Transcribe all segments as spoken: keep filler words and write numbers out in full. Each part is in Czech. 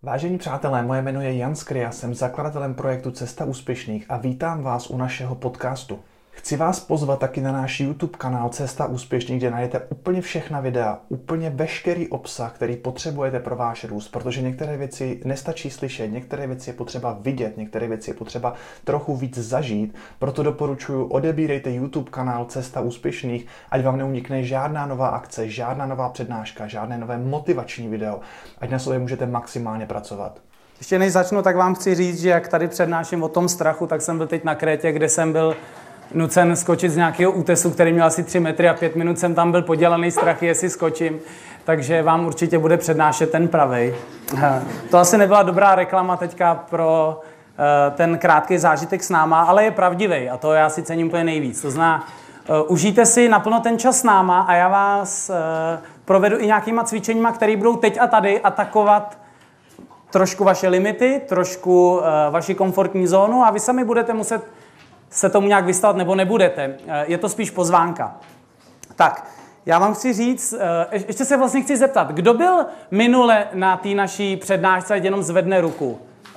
Vážení přátelé, moje jméno je Jan Skryja, jsem zakladatelem projektu Cesta úspěšných a vítám vás u našeho podcastu. Chci vás pozvat taky na náš YouTube kanál Cesta úspěšných, kde najdete úplně všechna videa, úplně veškerý obsah, který potřebujete pro váš růst, protože některé věci nestačí slyšet, některé věci je potřeba vidět, některé věci je potřeba trochu víc zažít. Proto doporučuji, odebírejte YouTube kanál Cesta úspěšných, ať vám neunikne žádná nová akce, žádná nová přednáška, žádné nové motivační video, ať na sobě můžete maximálně pracovat. Ještě než začnu, tak vám chci říct, že jak tady přednáším o tom strachu, tak jsem byl teď na Krétě, kde jsem byl nucen skočit z nějakého útesu, který měl asi tři metry a pět minut jsem tam byl podělaný strachy, jestli skočím. Takže vám určitě bude přednášet ten pravej. To asi nebyla dobrá reklama teďka pro uh, ten krátký zážitek s náma, ale je pravdivý a to já si cením úplně nejvíc. To znamená, uh, užijte si naplno ten čas s náma a já vás uh, provedu i nějakýma cvičeníma, které budou teď a tady atakovat trošku vaše limity, trošku uh, vaši komfortní zónu a vy sami budete muset se tomu nějak vystavit, nebo nebudete. Je to spíš pozvánka. Tak, já vám chci říct, ještě se vlastně chci zeptat, kdo byl minule na té naší přednášce, jenom zvedne ruku?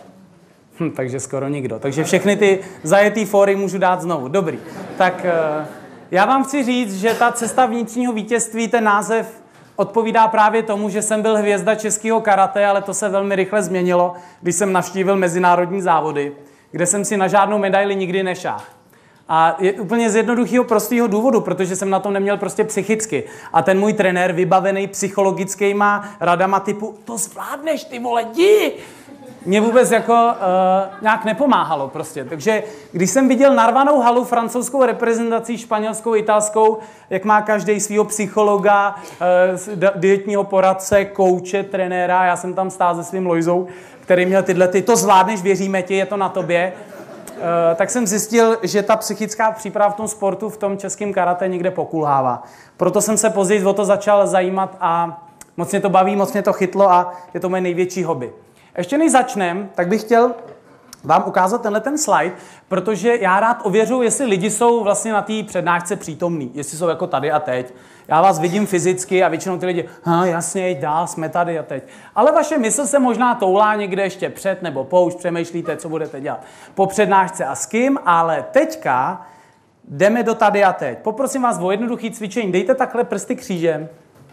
Hm, takže skoro nikdo. Takže všechny ty zajetý fóry můžu dát znovu. Dobrý. Tak já vám chci říct, že ta cesta vnitřního vítězství, ten název odpovídá právě tomu, že jsem byl hvězda českého karate, ale to se velmi rychle změnilo, když jsem navštívil mezinárodní závody, kde jsem si na žádnou medaili nikdy nešáhl. A je úplně z jednoduchého prostého důvodu, protože jsem na tom neměl prostě psychicky. A ten můj trenér, vybavený psychologickýma radama typu to zvládneš, ty vole, jdi! Mě vůbec jako uh, nějak nepomáhalo prostě. Takže když jsem viděl narvanou halu, francouzskou reprezentací, španělskou, italskou, jak má každý svýho psychologa, uh, dietního poradce, kouče, trenéra, já jsem tam stál se svým Lojzou, který měl tyhle, ty to zvládneš, věříme ti, je to na tobě, uh, tak jsem zjistil, že ta psychická příprava v tom sportu, v tom českém karate někde pokulhává. Proto jsem se později o to začal zajímat a moc mě to baví, moc mě to chytlo a je to moje největší hobby. Ještě než začnem, tak bych chtěl vám ukázat tenhle ten slide, protože já rád ověřuji, jestli lidi jsou vlastně na té přednášce přítomní, jestli jsou jako tady a teď. Já vás vidím fyzicky a většinou ty lidi, ha, jasně, jď dál, jsme tady a teď. Ale vaše mysl se možná toulá někde ještě před nebo po, už přemýšlíte, co budete dělat po přednášce a s kým, ale teďka jdeme do tady a teď. Poprosím vás o jednoduchý cvičení, dejte takhle prsty křížem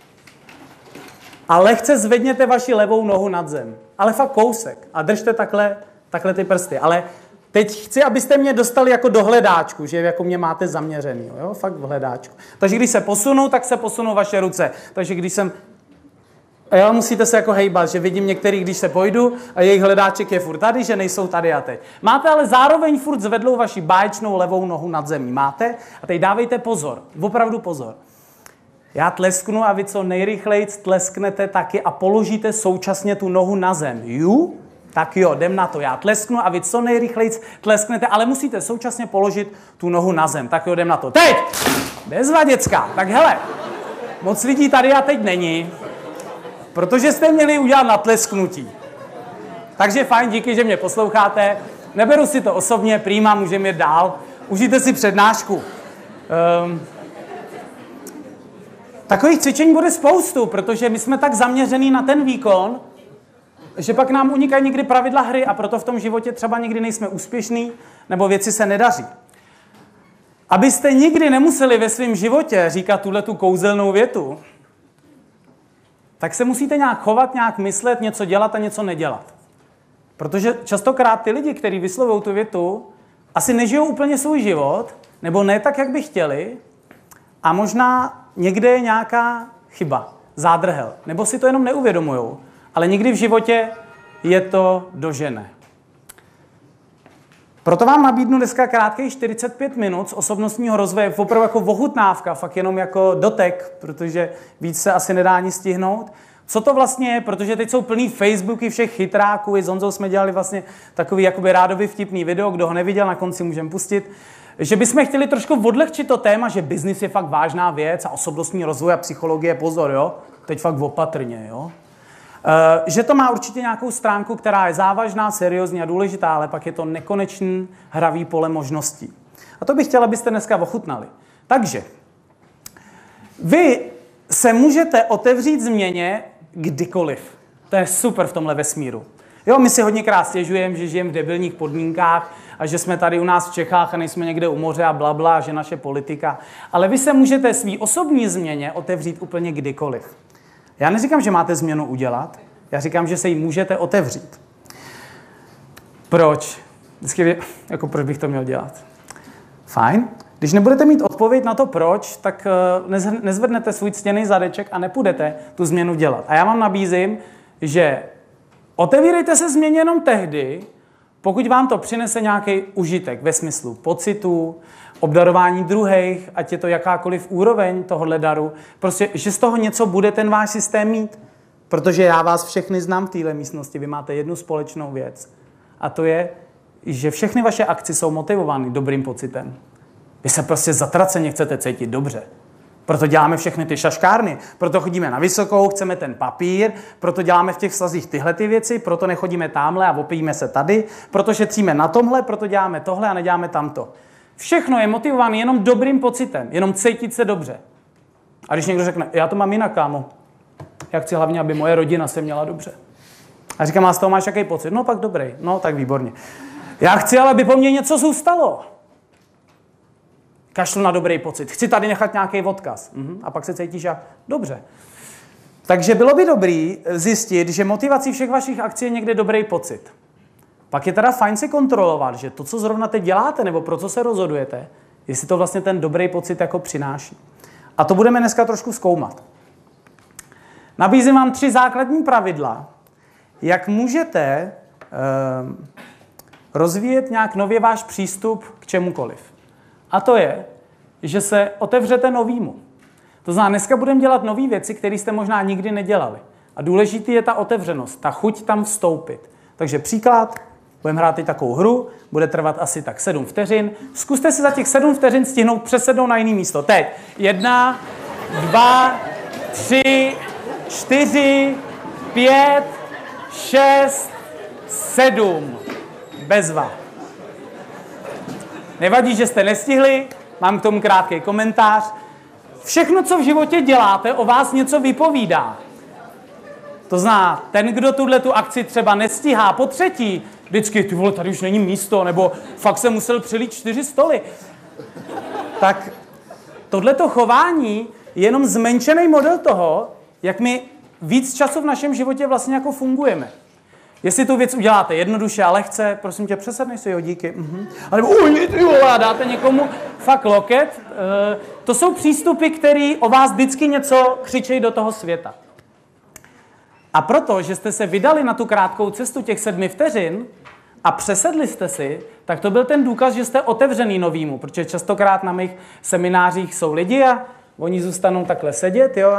a lehce zvedněte vaši levou nohu nad zem. Ale fakt kousek. A držte takhle, takhle ty prsty. Ale teď chci, abyste mě dostali jako do hledáčku, že jako mě máte zaměřený. Jo? Fakt v hledáčku. Takže když se posunu, tak se posunou vaše ruce. Takže když jsem... A jo, musíte se jako hejbat, že vidím některý, když se pojdu a jejich hledáček je furt tady, že nejsou tady a teď. Máte ale zároveň furt zvedlou vaši báječnou levou nohu nad zemí. Máte? A teď dávejte pozor. Opravdu pozor. Já tlesknu a vy co nejrychleji tlesknete taky a položíte současně tu nohu na zem. Jo? Tak jo, jdem na to. Já tlesknu a vy co nejrychleji tlesknete, ale musíte současně položit tu nohu na zem. Tak jo, jdem na to. Teď! Bezva, děcka. Tak hele, moc lidí tady a teď není, protože jste měli udělat natlesknutí. Takže fajn, díky, že mě posloucháte. Neberu si to osobně, prýma, můžeme jít dál. Užijte si přednášku. Um, Takových cvičení bude spoustu, protože my jsme tak zaměřený na ten výkon, že pak nám unikají někdy pravidla hry a proto v tom životě třeba někdy nejsme úspěšní nebo věci se nedaří. Abyste nikdy nemuseli ve svém životě říkat tuhletu kouzelnou větu, tak se musíte nějak chovat, nějak myslet, něco dělat a něco nedělat. Protože častokrát ty lidi, kteří vyslovují tu větu, asi nežijou úplně svůj život, nebo ne tak, jak by chtěli, a možná někde je nějaká chyba, zádrhel, nebo si to jenom neuvědomujou, ale nikdy v životě je to dožene. Proto vám nabídnu dneska krátkých čtyřicet pět minut z osobnostního rozvoje, opravdu jako ochutnávka, fakt jenom jako dotek, protože víc se asi nedá ani stihnout. Co to vlastně je, protože teď jsou plný Facebooky všech chytráků, i s Honzou jsme dělali vlastně takový jakoby rádoby vtipný video, kdo ho neviděl, na konci můžeme pustit. Že bychom chtěli trošku odlehčit to téma, že biznis je fakt vážná věc a osobnostní rozvoj a psychologie, pozor, jo? Teď fakt opatrně, jo? E, že to má určitě nějakou stránku, která je závažná, seriózní a důležitá, ale pak je to nekonečný hravý pole možností. A to bych chtěla, abyste dneska ochutnali. Takže, vy se můžete otevřít změně kdykoliv. To je super v tomhle vesmíru. Jo, my si hodněkrát stěžujeme, že žijeme v debilních podmínkách a že jsme tady u nás v Čechách a nejsme někde u moře a blabla, že naše politika. Ale vy se můžete svý osobní změně otevřít úplně kdykoliv. Já neříkám, že máte změnu udělat, já říkám, že se jí můžete otevřít. Proč? Vždycky, jako proč bych to měl dělat? Fajn. Když nebudete mít odpověď na to proč, tak nezvednete svůj ctěný zadeček a nepůjdete tu změnu dělat. A já vám nabízím, že otevírejte se změně jenom tehdy, pokud vám to přinese nějaký užitek ve smyslu pocitu, obdarování druhých, ať je to jakákoliv úroveň tohohle daru, prostě, že z toho něco bude ten váš systém mít. Protože já vás všechny znám v téhle místnosti, vy máte jednu společnou věc. A to je, že všechny vaše akce jsou motivovány dobrým pocitem. Vy se prostě zatraceně chcete cítit dobře. Proto děláme všechny ty šaškárny, proto chodíme na vysokou, chceme ten papír, proto děláme v těch vztazích tyhle ty věci, proto nechodíme tamhle a opijíme se tady, proto šetříme na tomhle, proto děláme tohle a neděláme tamto. Všechno je motivované jenom dobrým pocitem, jenom cítit se dobře. A když někdo řekne, já to mám jinak, kámo, já chci hlavně, aby moje rodina se měla dobře. A říkám, a z toho máš jaký pocit? No pak dobrý, no tak výborně. Já chci, ale aby po mně něco zůstalo. Kašlu na dobrý pocit. Chci tady nechat nějaký odkaz. Mhm. A pak se cítíš jak dobře. Takže bylo by dobrý zjistit, že motivací všech vašich akcí je někde dobrý pocit. Pak je teda fajn si kontrolovat, že to, co zrovna teď děláte, nebo pro co se rozhodujete, jestli to vlastně ten dobrý pocit jako přináší. A to budeme dneska trošku zkoumat. Nabízím vám tři základní pravidla, jak můžete eh, rozvíjet nějak nově váš přístup k čemukoliv. A to je, že se otevřete novýmu. To znamená, dneska budeme dělat nové věci, které jste možná nikdy nedělali. A důležitý je ta otevřenost, ta chuť tam vstoupit. Takže příklad, budeme hrát teď takovou hru, bude trvat asi tak sedm vteřin. Zkuste si za těch sedm vteřin stihnout přesednout na jiné místo. Teď. Jedna, dva, tři, čtyři, pět, šest, sedm. Bezva. Nevadí, že jste nestihli, mám k tomu krátký komentář. Všechno, co v životě děláte, o vás něco vypovídá. To znamená, ten, kdo tuhle tu akci třeba nestíhá po třetí, vždycky, ty vole, tady už není místo, nebo fakt jsem musel přelít čtyři stoly. Tak tohleto chování je jenom zmenšený model toho, jak my víc času v našem životě vlastně jako fungujeme. Jestli tu věc uděláte jednoduše a lehce, prosím tě, přesednej si ho, díky. Mhm. A nebo uj, ty vole, a dáte někomu fakt loket. E, to jsou přístupy, které o vás vždycky něco křičejí do toho světa. A proto, že jste se vydali na tu krátkou cestu těch sedmi vteřin a přesedli jste si, tak to byl ten důkaz, že jste otevřený novýmu, protože častokrát na mých seminářích jsou lidi a oni zůstanou takhle sedět, jo.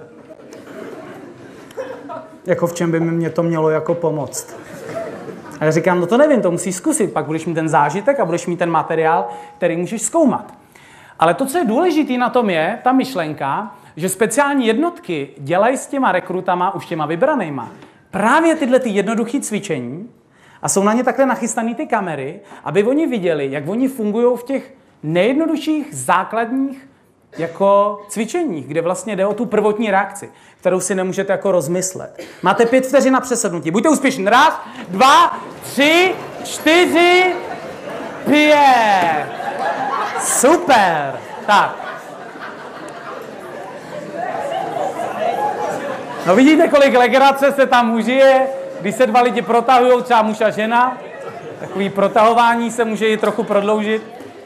Jako v čem by mi mě to mělo jako pomoct. A já říkám, no to nevím, to musíš zkusit, pak budeš mít ten zážitek a budeš mít ten materiál, který můžeš zkoumat. Ale to, co je důležitý na tom je, ta myšlenka, že speciální jednotky dělají s těma rekrutama, už těma vybranýma, právě tyhle ty jednoduché cvičení a jsou na ně takhle nachystané ty kamery, aby oni viděli, jak oni fungují v těch nejjednodušších základních jako cvičeních, kde vlastně jde o tu prvotní reakci, kterou si nemůžete jako rozmyslet. Máte pět vteřin na přesednutí. Buďte úspěšní. Raz, dva, tři, čtyři, pět. Super. Tak. No vidíte, kolik legrace se tam užije, když se dva lidi protahují, třeba muž a žena. Takový protahování se může i trochu prodloužit.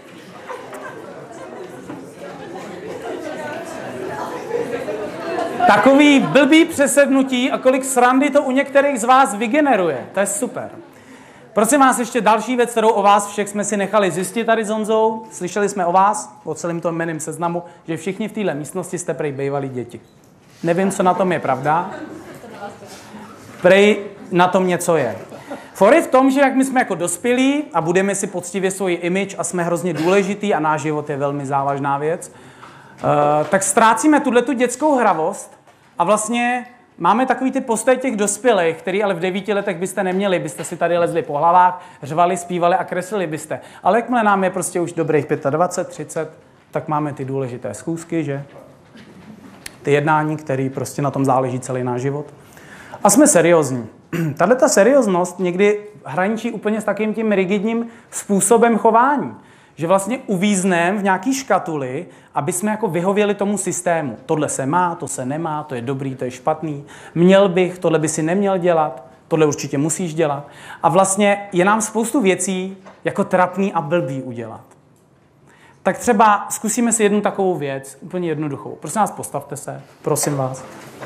Takový blbý přesednutí a kolik srandy to u některých z vás vygeneruje. To je super. Prosím vás, ještě další věc, kterou o vás všech jsme si nechali zjistit tady s Honzou. Slyšeli jsme o vás, o celém tom jménem seznamu, že všichni v téhle místnosti jste prej bývalí děti. Nevím, co na tom je pravda. Prej na tom něco je. For je v tom, že jak my jsme jako dospělí a budeme si poctivě svůj image a jsme hrozně důležitý a náš život je velmi závažná věc, Uh, tak ztrácíme tuhletu dětskou hravost a vlastně máme takový ty postoje těch dospělých, který ale v devíti letech byste neměli, byste si tady lezli po hlavách, řvali, zpívali a kreslili byste. Ale jakmile nám je prostě už dobrých dvacet pět, třicet, tak máme ty důležité schůzky, že? Ty jednání, které prostě na tom záleží celý náš život. A jsme seriózní. tahle ta serióznost někdy hraničí úplně s takým tím rigidním způsobem chování. Že vlastně uvízneme v nějaký škatuli, aby jsme jako vyhověli tomu systému. Tohle se má, to se nemá, to je dobrý, to je špatný. Měl bych, tohle by si neměl dělat, tohle určitě musíš dělat. A vlastně je nám spoustu věcí jako trapný a blbý udělat. Tak třeba zkusíme si jednu takovou věc, úplně jednoduchou. Prosím vás, postavte se, prosím vás.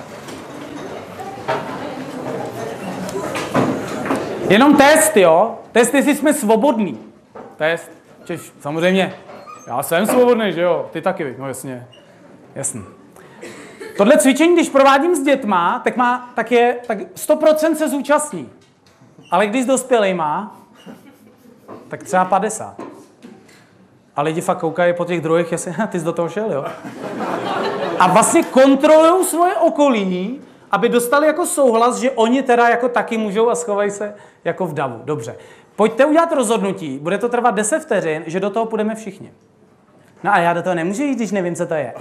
Jenom test, jo? Test, jestli jsme svobodní. Test. Češ, samozřejmě, já jsem svobodný, že jo? Ty taky, no jasně. Jasný. Tohle cvičení, když provádím s dětma, tak, má, tak je tak sto procent se zúčastní. Ale když s dospělejma, tak třeba padesát. A lidi fakt koukají po těch druhých, jestli ty jsi do toho šel, jo? A vlastně kontrolují svoje okolí, aby dostali jako souhlas, že oni teda jako taky můžou a schovají se jako v davu. Dobře. Pojďte udělat rozhodnutí, bude to trvat deset vteřin, že do toho půjdeme všichni. No a já do toho nemůžu jít, když nevím, co to je.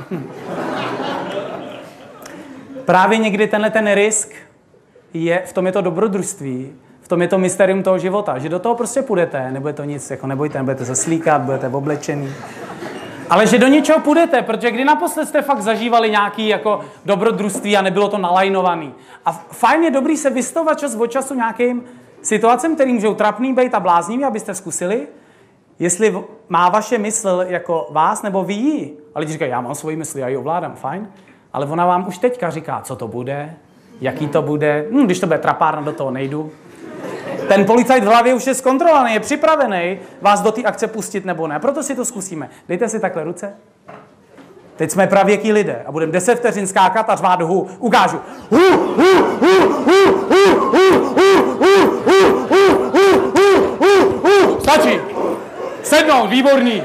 Právě někdy tenhle ten risk je, v tom je to dobrodružství, v tom je to mysterium toho života, že do toho prostě půjdete, nebude to nic, jako nebojte, nebudete se slíkat, budete oblečený. Ale že do něčeho půjdete, protože kdy naposled jste fakt zažívali nějaký jako dobrodružství a nebylo to nalajnovaný. A fajn je dobrý se vystavovat čas od času nějakým situacem, který můžou trapný být a bláznivý, abyste zkusili, jestli má vaše mysl jako vás nebo vy ji. A lidi říkají, já mám svoji mysl, já ji ovládám, fajn. Ale ona vám už teďka říká, co to bude, jaký to bude. Hm, když to bude trapárna, do toho nejdu. Ten policajt v hlavě už je zkontrolovaný, je připravený vás do té akce pustit nebo ne. Proto si to zkusíme. Dejte si takhle ruce. Teď jsme pravěký lidé a budeme deset vteřin skákat a řvát hu. Ukážu. Hu, hu, hu, hu, hu, hu, hu, hu, hu. Stačí. Sednout, výborný.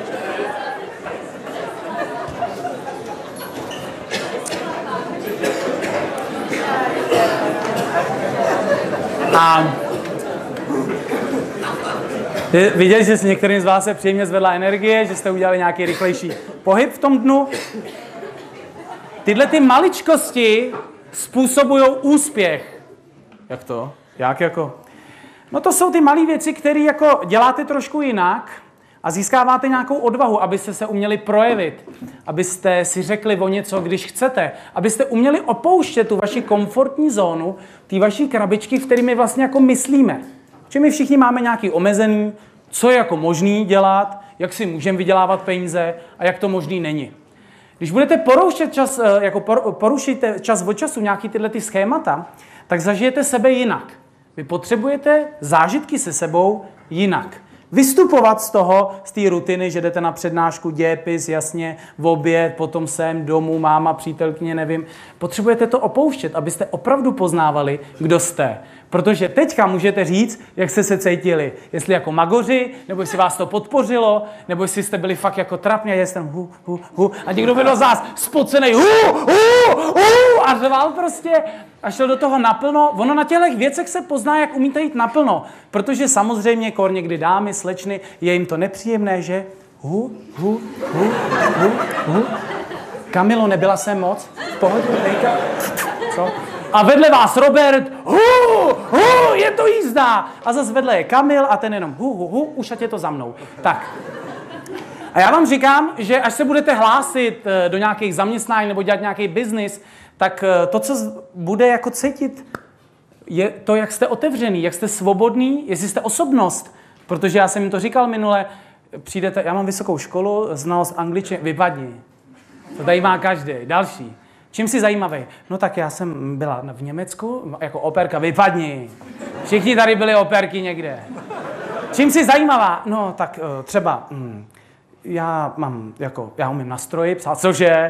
A viděli, že si některým z vás se příjemně zvedla energie, že jste udělali nějaký rychlejší pohyb v tom dnu. Tyhle ty maličkosti způsobují úspěch. Jak to? Jak jako? No to jsou ty malé věci, které jako děláte trošku jinak a získáváte nějakou odvahu, abyste se uměli projevit, abyste si řekli o něco, když chcete, abyste uměli opouštět tu vaši komfortní zónu, ty vaší krabičky, v kterými vlastně jako myslíme. Že my všichni máme nějaký omezený, co je jako možný dělat, jak si můžeme vydělávat peníze a jak to možný není. Když budete poroušet čas, jako porušíte čas od času nějaký tyhle ty schémata, tak zažijete sebe jinak. Vy potřebujete zážitky se sebou jinak. Vystupovat z toho, z té rutiny, že jdete na přednášku, dějepis, jasně, v oběd, potom sem, domů, máma, přítelkyně, nevím. Potřebujete to opouštět, abyste opravdu poznávali, kdo jste. Protože teďka můžete říct, jak jste se cítili. Jestli jako magoři, nebo jestli vás to podpořilo, nebo jestli jste byli fakt jako trapně, a jestli tam hu, hu, hu, a někdo vedl z vás spocenej hu, hu, hu, a řval prostě a šel do toho naplno. Ono na těchto věcech se pozná, jak umíte jít naplno. Protože samozřejmě kor někdy dámy, slečny, je jim to nepříjemné, že hu, hu, hu, hu, hu. Kamilo, nebyla jsem moc? V pohodě, dejka. Co? A vedle vás Robert, hu, hu, je to jízda. A zase vedle je Kamil a ten jenom hu, hu, hu, už ať je to za mnou. Tak. A já vám říkám, že až se budete hlásit do nějakých zaměstnání nebo dělat nějaký biznis, tak to, co bude jako cítit, je to, jak jste otevřený, jak jste svobodný, jestli jste osobnost. Protože já jsem jim to říkal minule, přijdete, já mám vysokou školu, znalost angličtiny, vypadni. To tady má každý. Další. Čím jsi zajímavý? No tak já jsem byla v Německu jako operka, vypadni. Všichni tady byli operky někde. Čím jsi zajímavá? No tak třeba, hm, já mám, jako, já umím na stroji psát, cože?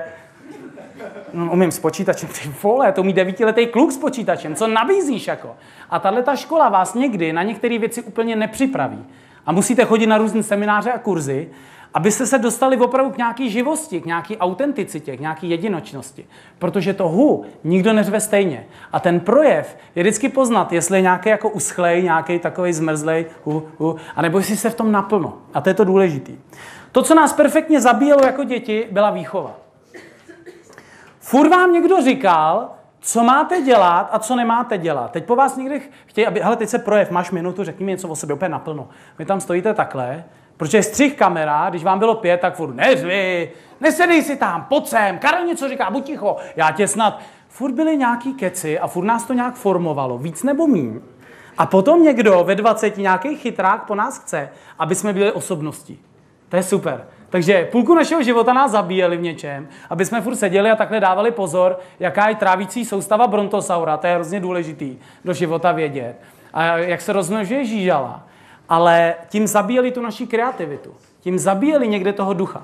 No, umím s počítačem, ty vole, to umí devítiletý kluk s počítačem, co nabízíš jako? A tato škola vás někdy na některé věci úplně nepřipraví. A musíte chodit na různé semináře a kurzy, abyste se dostali opravdu k nějaký živosti, k nějaký autenticitě, k nějaký jedinočnosti. Protože to hu nikdo neřve stejně. A ten projev je vždycky poznat, jestli je nějaký jako uschlej, nějaký takový zmrzlej, hu, hu, anebo jestli se v tom naplno. A to je to důležitý. To, co nás perfektně zabíjelo jako děti, byla výchova. Furt vám někdo říkal, co máte dělat a co nemáte dělat. Teď po vás někdy chtějí, aby, hele, teď se projev, máš minutu, řekni mi něco o sobě úplně naplno. Vy tam stojíte takhle, protože je střih kamera, když vám bylo pět, tak furt neřvi, nesedej si tam, pojď sem, Karel něco říká, buď ticho, já tě snad. Furt byly nějaký keci a furt nás to nějak formovalo, víc nebo míň. A potom někdo ve dvaceti, nějaký chytrák po nás chce, aby jsme byli osobností. To je super. Takže půlku našeho života nás zabíjeli v něčem, aby jsme furt seděli a takhle dávali pozor, jaká je trávící soustava brontosaura, to je hrozně důležitý do života vědět. A jak se rozmnožuje žížala. Ale tím zabíjeli tu naši kreativitu. Tím zabíjeli někde toho ducha.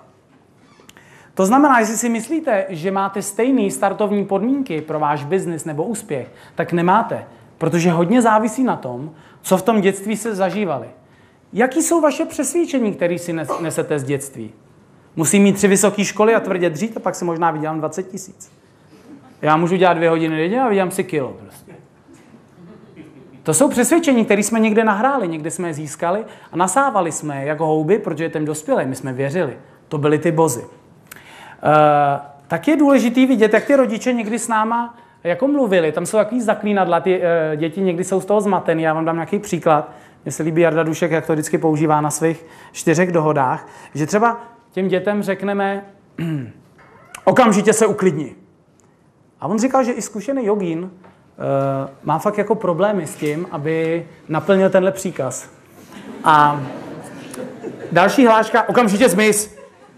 To znamená, jestli si myslíte, že máte stejné startovní podmínky pro váš biznis nebo úspěch, tak nemáte. Protože hodně závisí na tom, co v tom dětství se zažívali. Jaký jsou vaše přesvědčení, které si nesete z dětství? Musím mít tři vysoké školy a tvrdě dřít a pak si možná vydělám dvacet tisíc. Já můžu dělat dvě hodiny denně a vydělám si kilo prostě. To jsou přesvědčení, které jsme někde nahráli, někde jsme je získali a nasávali jsme je jako houby, protože ten dospělý, my jsme věřili. To byly ty bozy. Uh, tak je důležitý vidět, jak ty rodiče někdy s náma jako mluvili. Tam jsou takový zaklínadla, ty uh, děti někdy jsou z toho zmatený. Já vám dám nějaký příklad. Mně se líbí Jarda Dušek, jak to vždycky používá na svých čtyřech dohodách, že třeba těm dětem řekneme okamžitě se uklidni. A on říkal, že i zkušený jogín uh, má fakt jako problémy s tím, aby naplnil tenhle příkaz. A další hláška, okamžitě zmiz.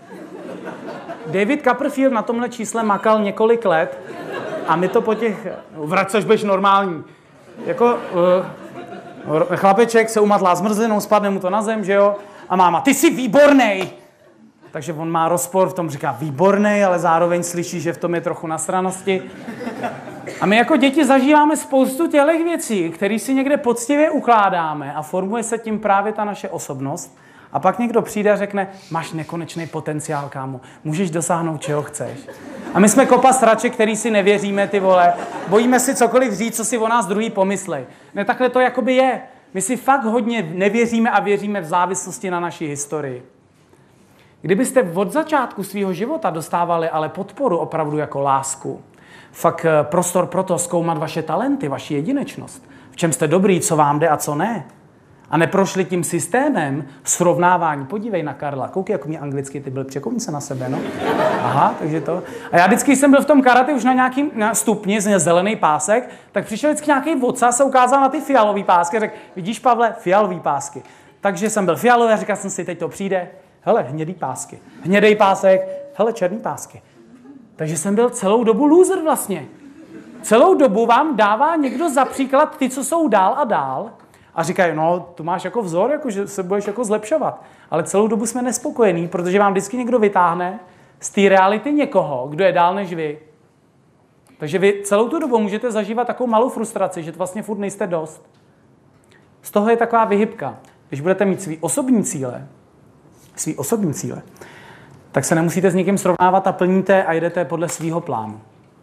David Copperfield na tomhle čísle makal několik let a my to po těch, vrať seš, běž normální. Jako... Uh, Chlapeček se umatlá zmrzlinou, spadne mu to na zem, že jo? A máma, ty jsi výbornej! Takže on má rozpor, v tom říká výbornej, ale zároveň slyší, že v tom je trochu nasranosti. A my jako děti zažíváme spoustu těchto věcí, které si někde poctivě ukládáme a formuje se tím právě ta naše osobnost. A pak někdo přijde a řekne, máš nekonečný potenciál, kámo, můžeš dosáhnout, čeho chceš. A my jsme kopa srače, který si nevěříme, ty vole. Bojíme si cokoliv říct, co si o nás druhý pomyslej. Ne, takhle to jakoby je. My si fakt hodně nevěříme a věříme v závislosti na naší historii. Kdybyste od začátku svého života dostávali ale podporu opravdu jako lásku, fakt prostor pro to zkoumat vaše talenty, vaši jedinečnost, v čem jste dobrý, co vám jde a co ne, a neprošli tím systémem srovnávání. Podívej na Karla, koukej, jak mi anglicky ty byl, překoukni se na sebe, no. Aha, takže to. A já vždycky jsem byl v tom karate už na nějakým na stupni, z zelený pásek, tak přišel vždycky nějaký vodca, se ukázal na ty fialový pásky a řekl, vidíš, Pavle, fialový pásky. Takže jsem byl fialový a říkal jsem si, teď to přijde, hele, hnědý pásky. Hnědej pásek, hele, černý pásky. Takže jsem byl celou dobu loser vlastně. Celou dobu vám dává někdo za příklad ty, co jsou dál a dál, a říkají, no, tu máš jako vzor, jako, že se budeš jako zlepšovat. Ale celou dobu jsme nespokojení, protože vám vždycky někdo vytáhne z té reality někoho, kdo je dál než vy. Takže vy celou tu dobu můžete zažívat takovou malou frustraci, že to vlastně furt nejste dost. Z toho je taková vyhybka. Když budete mít svý osobní cíle, svý osobní cíle, tak se nemusíte s někým srovnávat a plníte a jedete podle svýho plánu.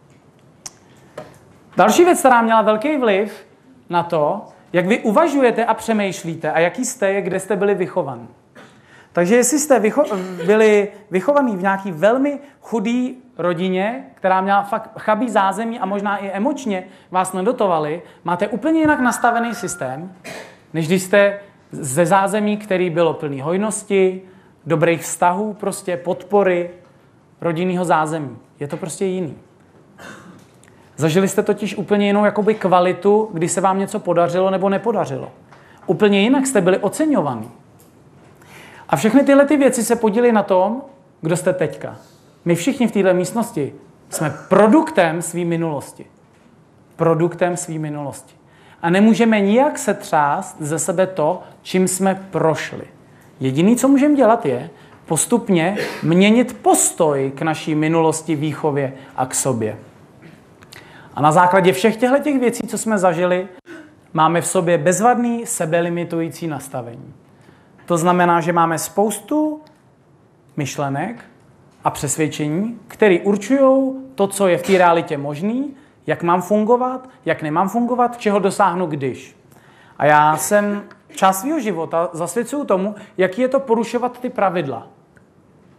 Další věc, která měla velký vliv na to, jak vy uvažujete a přemýšlíte a jaký jste je, kde jste byli vychovaní. Takže jestli jste vycho- byli vychovaní v nějaký velmi chudý rodině, která měla fakt chabý zázemí a možná i emočně vás nedotovali, máte úplně jinak nastavený systém, než když jste ze zázemí, který bylo plný hojnosti, dobrých vztahů, prostě podpory, rodinného zázemí. Je to prostě jiný. Zažili jste totiž úplně jinou jakoby kvalitu, když se vám něco podařilo nebo nepodařilo. Úplně jinak jste byli oceňovaní. A všechny tyhle ty věci se podílí na tom, kdo jste teďka. My všichni v této místnosti jsme produktem své minulosti. Produktem své minulosti. A nemůžeme nijak setřást ze sebe to, čím jsme prošli. Jediné, co můžeme dělat, je postupně měnit postoj k naší minulosti, výchově a k sobě. A na základě všech těchto věcí, co jsme zažili, máme v sobě bezvadný sebelimitující nastavení. To znamená, že máme spoustu myšlenek a přesvědčení, které určují to, co je v té realitě možný, jak mám fungovat, jak nemám fungovat, čeho dosáhnu když. A já jsem část svého života zasvěcuju tomu, jaký je to porušovat ty pravidla.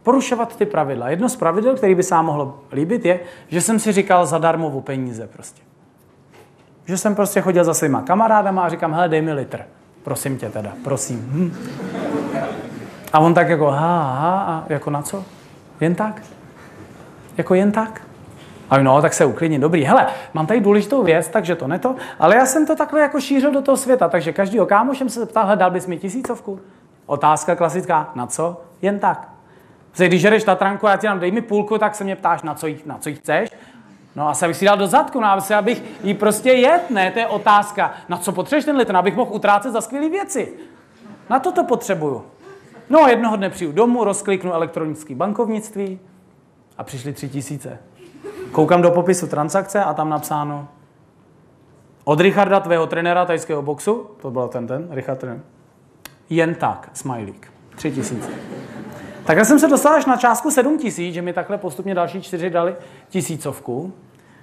porušovat ty pravidla. Jedno z pravidel, který by se vám mohlo líbit, je, že jsem si říkal zadarmo o peníze prostě. Že jsem prostě chodil za svýma kamarádama a říkám, hele, dej mi litr. Prosím tě teda, prosím. Hm. A on tak jako, ha, ha, a jako na co? Jen tak? Jako jen tak? A no, tak se uklidni, dobrý. Hele, mám tady důležitou věc, takže to ne to, ale já jsem to takhle jako šířil do toho světa, takže každýho kámošem se ptal, hele, dal bys mi tisícovku? Otázka klasická, na co? Jen tak. Protože když žereš Tatranku a já ti dám, dej mi půlku, tak se mě ptáš, na co jí, na co jí chceš? No asi bych si dal do zadku, no asi abych jí prostě jet, ne, to je otázka. Na co potřebuješ ten litr, abych mohl utrácet za skvělé věci? Na to to potřebuju. No jednoho dne přijdu domů, rozkliknu elektronické bankovnictví a přišly tři tisíce. Koukám do popisu transakce a tam napsáno od Richarda, tvého trenéra tajského boxu, to byl ten ten, Richard trenér, jen tak, smajlík, tři tisíce. Takhle jsem se dostal až na částku sedm tisíc, že mi takhle postupně další čtyři dali tisícovku.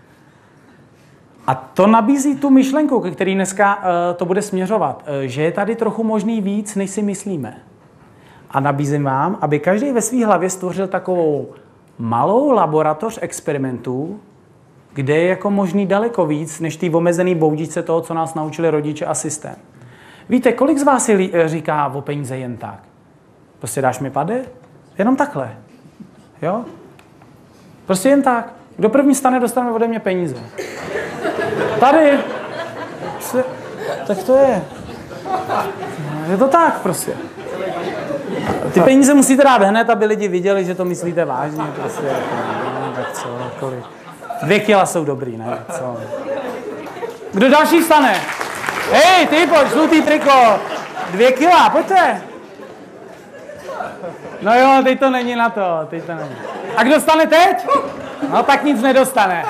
A to nabízí tu myšlenku, ke který dneska uh, to bude směřovat, uh, že je tady trochu možný víc, než si myslíme. A nabízím vám, aby každý ve své hlavě stvořil takovou malou laboratoř experimentů, kde je jako možný daleko víc, než ty omezený boudičce toho, co nás naučili rodiče a systém. Víte, kolik z vás si říká o peníze jen tak? Prostě dáš mi pade? Jenom takhle. Jo? Prostě jen tak. Kdo první stane, dostane ode mě peníze. Tady. Prostě, tak to je. Je to tak prostě. Ty peníze musíte dát hned, aby lidi viděli, že to myslíte vážně. Prostě, no, tak co, kolik. Dvě kila jsou dobrý, ne? Co? Kdo další vstane? Hej, ty pojď, žlutý triko. Dvě kila, pojďte. No jo, teď to není na to, teď to není. A kdo stane teď? No tak nic nedostane.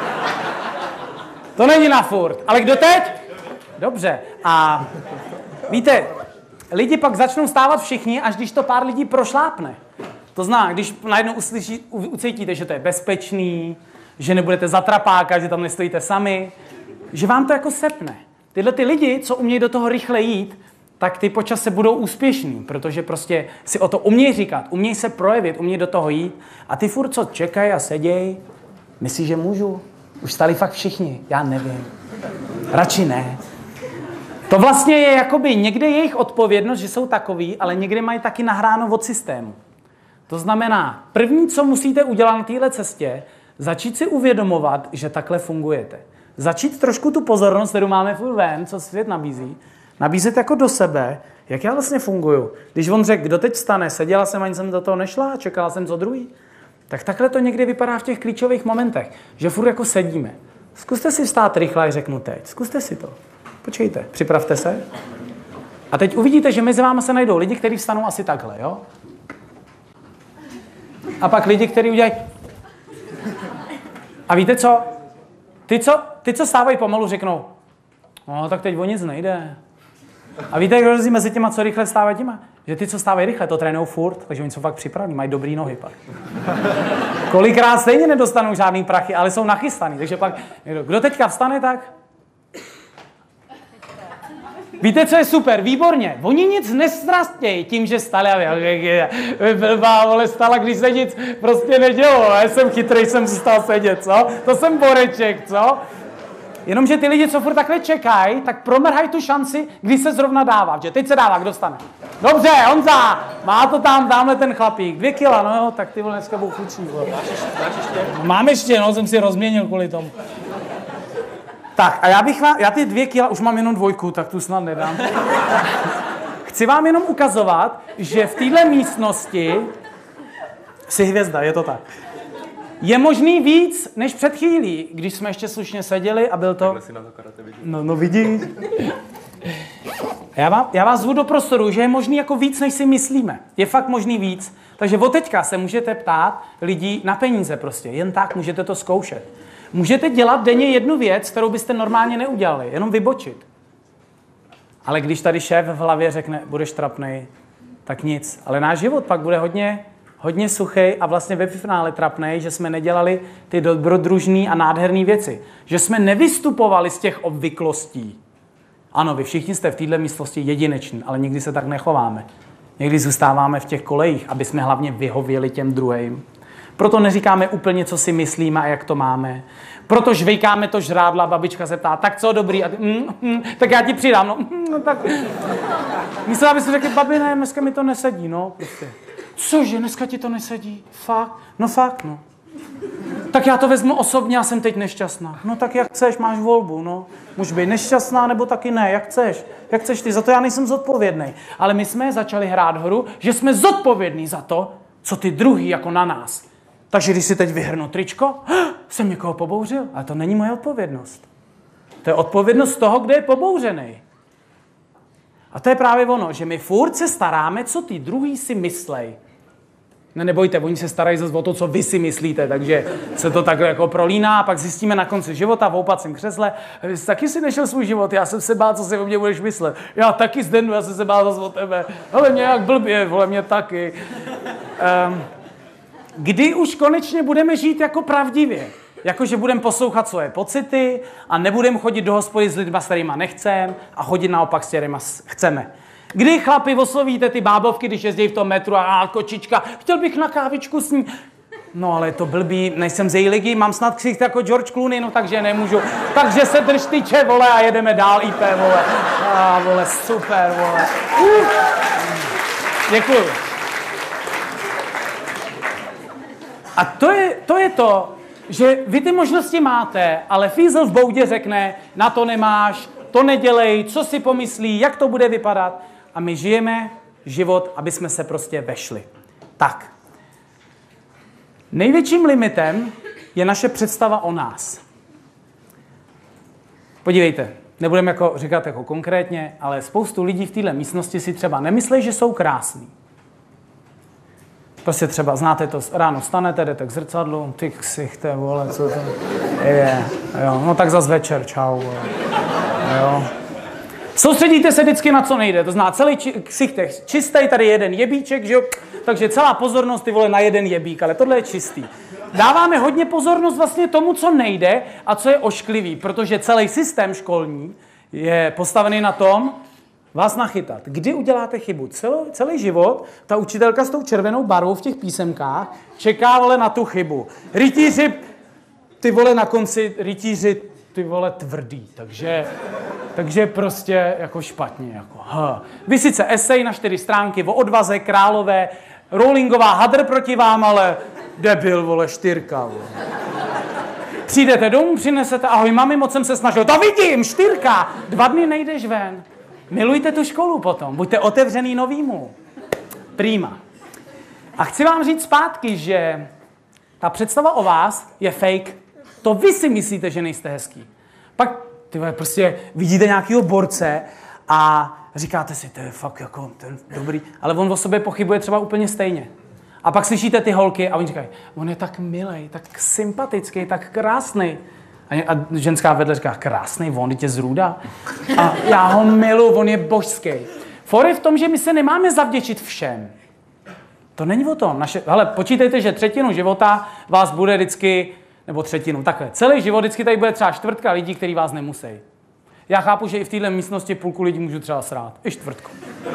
To není na furt. Ale kdo teď? Dobře. A víte, lidi pak začnou stávat všichni, až když to pár lidí prošlápne. To zná, když najednou uslyší, ucítíte, že to je bezpečný, že nebudete zatrapáka, že tam nestojíte sami, že vám to jako sepne. Tyhle ty lidi, co umějí do toho rychle jít, tak ty počas se budou úspěšní, protože prostě si o to umějí říkat, umějí se projevit, umějí do toho jít. A ty furt, co čekají a sedějí, myslí, že můžu. Už stali fakt všichni, já nevím. Radši ne. To vlastně je jakoby někde jejich odpovědnost, že jsou takový, ale někde mají taky nahráno od systému. To znamená, první, co musíte udělat na téhle cestě, začít si uvědomovat, že takhle fungujete. Začít trošku tu pozornost, kterou máme furt ven, co svět nabízí, nabízet jako do sebe, jak já vlastně funguju. Když on řekl, kdo teď stane, seděla jsem, ani jsem do toho nešla, čekala jsem co druhý, tak takhle to někdy vypadá v těch klíčových momentech, že furt jako sedíme. Zkuste si vstát rychle, řeknu teď. Zkuste si to. Počkejte, připravte se. A teď uvidíte, že mezi vámi se najdou lidi, kteří vstanou asi takhle, jo? A pak lidi, kteří udělají... A víte co? Ty, co? ty, co stávají pomalu, řeknou, no tak teď o nic nejde. A víte, jak rozdíl mezi těma, co rychle vstávají těma? Že ty, co stávají rychle, to trénují furt, takže oni jsou fakt připravení, mají dobrý nohy pak. Kolikrát stejně nedostanou žádný prachy, ale jsou nachystaný, takže pak, kdo teďka vstane, tak... Víte, co je super? Výborně. Oni nic nestrastějí tím, že stali a blbá, vole, stala, když se nic prostě nedělo. Já jsem chytrý, jsem zůstal sedět, co? To jsem boreček, co? Jenomže ty lidi, co furt takhle čekají, tak promrhají tu šanci, když se zrovna dává. Že teď se dává, kdo stane? Dobře, Honza, má to tam, tamhle ten chlapík. Dvě kila, no jo, tak ty vole, dneska budou chudší. Máš ještě? Mám ještě, no, jsem si rozměnil kvůli tomu. Tak a já bych vám, já ty dvě kila, už mám jenom dvojku, tak tu snad nedám. Chci vám jenom ukazovat, že v téhle místnosti, jsi hvězda, je to tak, je možný víc, než před chvílí, když jsme ještě slušně seděli a byl to... No, no vidíš. Já, vám, já vás zvu do prostoru, že je možný jako víc, než si myslíme. Je fakt možný víc. Takže od teďka se můžete ptát lidí na peníze prostě. Jen tak můžete to zkoušet. Můžete dělat denně jednu věc, kterou byste normálně neudělali, jenom vybočit. Ale když tady šéf v hlavě řekne, budeš trapnej, tak nic. Ale náš život pak bude hodně, hodně suchý a vlastně ve finále trapnej, že jsme nedělali ty dobrodružné a nádherné věci. Že jsme nevystupovali z těch obvyklostí. Ano, vy všichni jste v této místnosti jedineční, ale nikdy se tak nechováme. Někdy zůstáváme v těch kolejích, aby jsme hlavně vyhověli těm druhým. Proto neříkáme úplně, co si myslíme a jak to máme. Proto žvejkáme to žrádla, babička se ptá, tak co, dobrý, a ty, mm, mm, tak já ti přidám, no, mm, no tak. Myslím, aby si řekl, babi, ne, dneska mi to nesedí, no, prostě. Cože, dneska ti to nesedí? Fakt? No fakt, no. Tak já to vezmu osobně, já jsem teď nešťastná. No tak jak chceš, máš volbu, no. Můžeš být nešťastná, nebo taky ne, jak chceš. Jak chceš ty, za to já nejsem zodpovědný. Ale my jsme začali hrát hru, že jsme zodpovědní za to, co ty druhý jako na nás. Takže když si teď vyhrnu tričko, jsem někoho pobouřil, ale to není moje odpovědnost. To je odpovědnost toho, kdo je pobouřený. A to je právě ono, že my furt se staráme, co ty druhý si myslej. Ne, nebojte, oni se starají zase o to, co vy si myslíte, takže se to takhle jako prolíná a pak zjistíme na konci života v houpacím křesle, vy jsi taky si nešel svůj život, já jsem se bál, co si o mě budeš myslet. Já taky zdenu, já jsem se bál zase o tebe. Ale mě jak blbě, vole, mě taky. Um, kdy už konečně budeme žít jako pravdivě? Jakože budeme poslouchat svoje pocity a nebudeme chodit do hospody s lidma, s kterýma nechcem a chodit naopak s kterýma chceme. Kdy chlapi oslovíte ty bábovky, když jezdí v tom metru a, a kočička, chtěl bych na kávičku s ní. No ale je to blbý, nejsem z její ligy, mám snad ksicht jako George Clooney, no takže nemůžu. Takže se drž tyče, vole, a jedeme dál, í pé, vole. A vole, super, vole. Uh. Děkuju. A to je, to je to, že vy ty možnosti máte, ale fízl v boudě řekne, na to nemáš, to nedělej, co si pomyslí, jak to bude vypadat. A my žijeme život, aby jsme se prostě vešli. Tak. Největším limitem je naše představa o nás. Podívejte, nebudeme jako říkat jako konkrétně, ale spoustu lidí v téhle místnosti si třeba nemyslí, že jsou krásní. Prostě třeba, znáte to, ráno stanete, jdete k zrcadlu, ty ksichte, vole, co to je, jo, no tak zas večer, čau, vole, jo. Soustředíte se vždycky na co nejde, to zná celý či, ksichtech čistý, tady jeden jebíček, že jo, takže celá pozornost, ty vole, na jeden jebík, ale tohle je čistý. Dáváme hodně pozornost vlastně tomu, co nejde a co je ošklivý, protože celý systém školní je postavený na tom, vás nachytat. Kdy uděláte chybu? Celý, celý život ta učitelka s tou červenou barvou v těch písemkách čeká, vole, na tu chybu. Rytíři, ty vole, na konci, rytíři, ty vole, tvrdý. Takže, takže prostě jako špatně. Jako, ha. Vy sice esej na čtyři stránky o odvaze, králové, Rowlingová hadr proti vám, ale debil, vole, štyrka. Vole. Přijdete domů, přinesete, ahoj mami, moc jsem se snažil. To vidím, štyrka. Dva dny nejdeš ven. Milujte tu školu potom, buďte otevřený novýmu. Prima. A chci vám říct zpátky, že ta představa o vás je fake. To vy si myslíte, že nejste hezký. Pak ty vole, prostě vidíte nějakého borce a říkáte si, to je fakt jako ten dobrý, ale on o sobě pochybuje třeba úplně stejně. A pak slyšíte ty holky a oni říkají, on je tak milej, tak sympatický, tak krásný. A ženská vedle říká, krásný, on je tě zrůda. A já ho miluji, on je božský. For je v tom, že my se nemáme zavděčit všem. To není o tom. Naše, hele, počítejte, že třetinu života vás bude vždycky, nebo třetinu, takhle. Celý život vždycky tady bude třeba čtvrtka lidí, kteří vás nemusí. Já chápu, že i v téhle místnosti půlku lidí můžu třeba srát. I čtvrtku.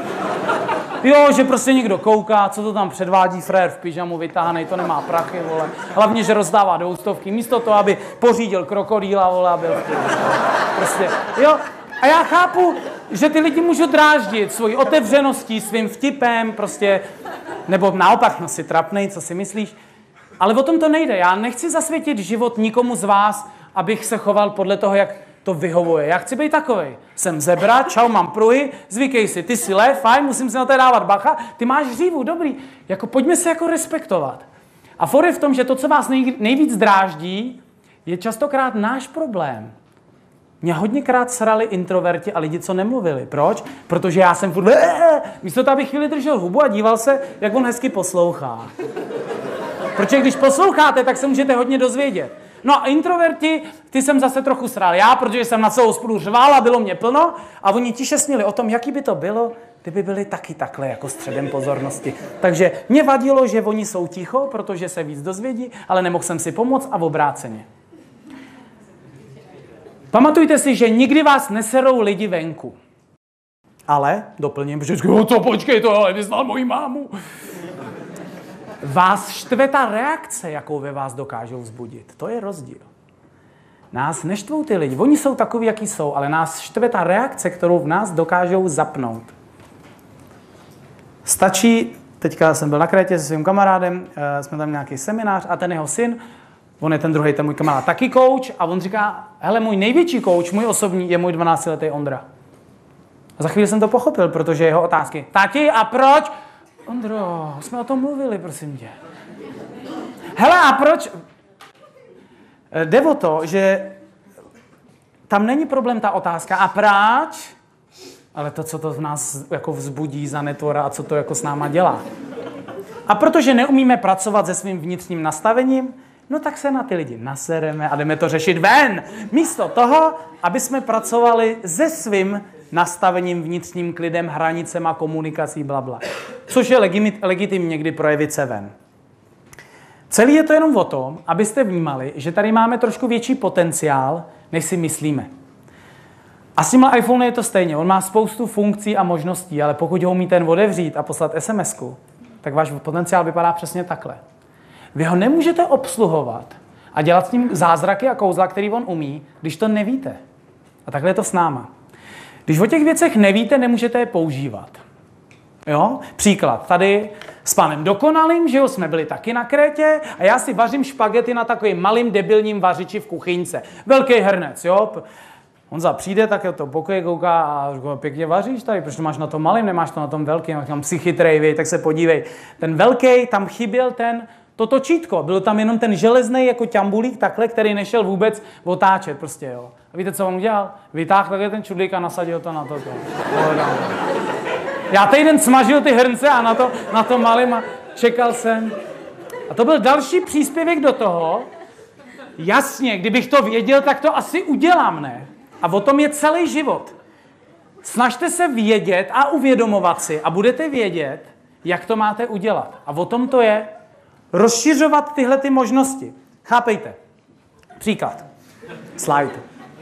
Jo, že prostě někdo kouká, co to tam předvádí frér v pyžamu vytáhanej, to nemá prachy, vole. Hlavně, že rozdává dvoustovky, místo toho, aby pořídil krokodýla, vole, a byl v klidu. Prostě, jo. A já chápu, že ty lidi můžou dráždit svojí otevřeností, svým vtipem, prostě, nebo naopak, no si trapnej, co si myslíš. Ale o tom to nejde. Já nechci zasvětit život nikomu z vás, abych se choval podle toho, jak to vyhovuje. Já chci být takovej. Jsem zebra, čau, mám pruhy, zvykej si, ty jsi lev, fajn, musím si na to dávat bacha, ty máš hřívu, dobrý. Jako pojďme se jako respektovat. A for je v tom, že to, co vás nej, nejvíc dráždí, je častokrát náš problém. Mě hodněkrát srali introverti a lidi, co nemluvili. Proč? Protože já jsem furt místo toho, abych chvíli držel hubu a díval se, jak on hezky poslouchá. Protože když posloucháte, tak se můžete hodně dozvědět. No a introverti, ty jsem zase trochu sral já, protože jsem na celou hospodu řval a bylo mě plno a oni tiše snili o tom, jaký by to bylo, kdyby byli taky takhle jako středem pozornosti. Takže mě vadilo, že oni jsou ticho, protože se víc dozvědí, ale nemohl jsem si pomoct a obráceně. Pamatujte si, že nikdy vás neserou lidi venku. Ale, doplním, že no co, počkej, to ale neznal moji mámu. Vás štve ta reakce, jakou ve vás dokážou vzbudit. To je rozdíl. Nás neštvou ty lidi. Oni jsou takoví, jaký jsou, ale nás štve ta reakce, kterou v nás dokážou zapnout. Stačí, teďka jsem byl na Krétě se svým kamarádem, jsme tam nějaký seminář a ten jeho syn, on je ten druhý, ten můj kamarád, taky kouč a on říká, hele, můj největší kouč, můj osobní, je můj dvanáctiletý Ondra. A za chvíli jsem to pochopil, protože jeho otázky, tati, a proč? Ondro, jsme o tom mluvili, prosím tě. Hele, a proč? Jde o to, že tam není problém ta otázka, a proč? Ale to, co to v nás jako vzbudí za netvora a co to jako s náma dělá. A protože neumíme pracovat se svým vnitřním nastavením, no tak se na ty lidi nasereme a jdeme to řešit ven. Místo toho, aby jsme pracovali se svým nastavením, vnitřním klidem, hranicema, komunikací, blabla. Což je legit, legitimně někdy projevit se ven. Celý je to jenom o tom, abyste vnímali, že tady máme trošku větší potenciál, než si myslíme. A s tímhle iPhone je to stejně. On má spoustu funkcí a možností, ale pokud ho umíte jen otevřít a poslat SMSku, tak váš potenciál vypadá přesně takhle. Vy ho nemůžete obsluhovat a dělat s ním zázraky a kouzla, který on umí, když to nevíte. A takhle je to s náma. Když o těch věcech nevíte, nemůžete je používat. Jo? Příklad. Tady s panem Dokonalým, že jo, jsme byli taky na Krétě a já si vařím špagety na takovým malým debilním vařiči v kuchyňce. Velký hrnec, jo. Honza přijde, tak to pokoje kouká a říká, pěkně vaříš tady, protože to máš na tom malým, nemáš to na tom velkým, tam si chytrej, vej, tak se podívej. Ten velký, tam chyběl ten, to točítko, byl tam jenom ten železný jako ťambulík takhle, který nešel vůbec otáčet prostě, jo. A víte, co on udělal? Vytáhl takhle ten čudlík a nasadil to na to. to. Já týden smažil ty hrnce a na to, na to malým a čekal jsem. A to byl další příspěvek do toho. Jasně, kdybych to věděl, tak to asi udělám, ne? A o tom je celý život. Snažte se vědět a uvědomovat si a budete vědět, jak to máte udělat. A o tom to je rozšiřovat tyhle ty možnosti. Chápejte? Příklad. Slide.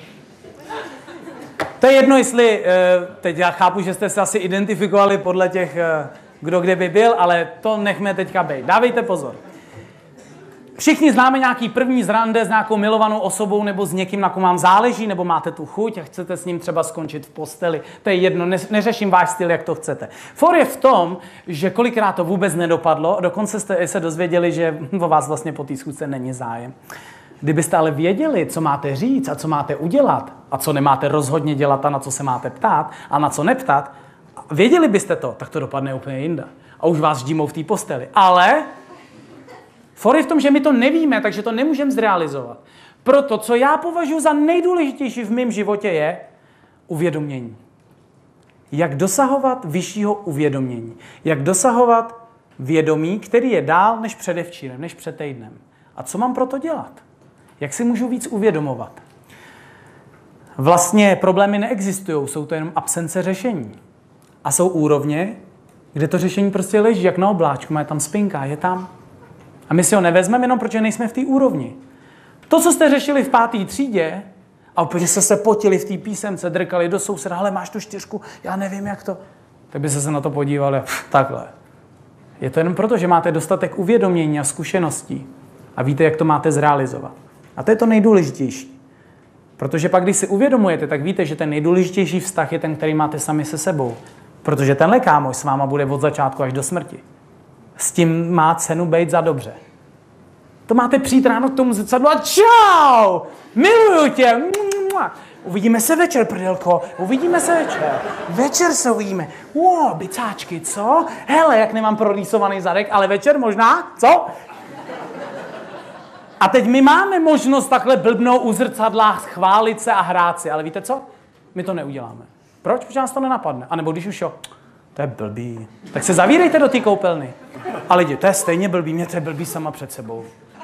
To je jedno, jestli, teď já chápu, že jste se asi identifikovali podle těch, kdo kde by byl, ale to nechme teďka bejt. Dávejte pozor. Všichni známe nějaký první zrande s nějakou milovanou osobou nebo s někým, na kom vám záleží, nebo máte tu chuť a chcete s ním třeba skončit v posteli. To je jedno, ne, neřeším váš styl, jak to chcete. For je v tom, že kolikrát to vůbec nedopadlo, dokonce jste se dozvěděli, že o vás vlastně po té schůzce není zájem. Kdybyste ale věděli, co máte říct a co máte udělat a co nemáte rozhodně dělat a na co se máte ptát a na co neptat, věděli byste to, tak to dopadne úplně jinde. A už vás ždímou v té posteli. Ale for je v tom, že my to nevíme, takže to nemůžeme zrealizovat. Proto, co já považuji za nejdůležitější v mém životě, je uvědomění. Jak dosahovat vyššího uvědomění. Jak dosahovat vědomí, který je dál než předevčírem, než před týdnem. A co mám pro to dělat? Jak si můžu víc uvědomovat? Vlastně problémy neexistují, jsou to jenom absence řešení. A jsou úrovně, kde to řešení prostě leží, jak na obláčku, má tam spinka, je tam. A my si ho nevezmeme jenom, protože nejsme v té úrovni. To, co jste řešili v páté třídě, a úplně jste se potili v té písemce, drkali do souseda, ale máš tu čtyřku, já nevím, jak to. Tak byste se na to podívali, takhle. Je to jenom proto, že máte dostatek uvědomění a zkušeností a víte, jak to máte zrealizovat. A to je to nejdůležitější. Protože pak, když si uvědomujete, tak víte, že ten nejdůležitější vztah je ten, který máte sami se sebou. Protože tenhle kámoš s váma bude od začátku až do smrti. S tím má cenu být za dobře. To máte přijít ráno k tomu zrcadlu a čau! Miluju tě! Uvidíme se večer, prdelko. Uvidíme se večer. Večer se uvidíme. Wow, bicáčky, co? Hele, jak nemám prorýsovaný zadek, ale večer možná, co? A teď my máme možnost takhle blbnou u zrcadla chválit se a hrát si, ale víte co? My to neuděláme. Proč? Protože nás to nenapadne. A nebo když už jo, to je blbý. Tak se zavírejte do té koupelny. A lidi, to je stejně blbý, mě to je blbý sama před sebou.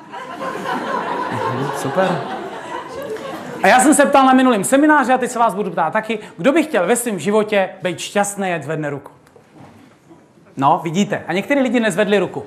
Mhm, super. A já jsem se ptal na minulém semináři a teď se vás budu ptát taky, kdo by chtěl ve svém životě být šťastný, ať zvedne ruku. No, vidíte. A některý lidi nezvedli ruku.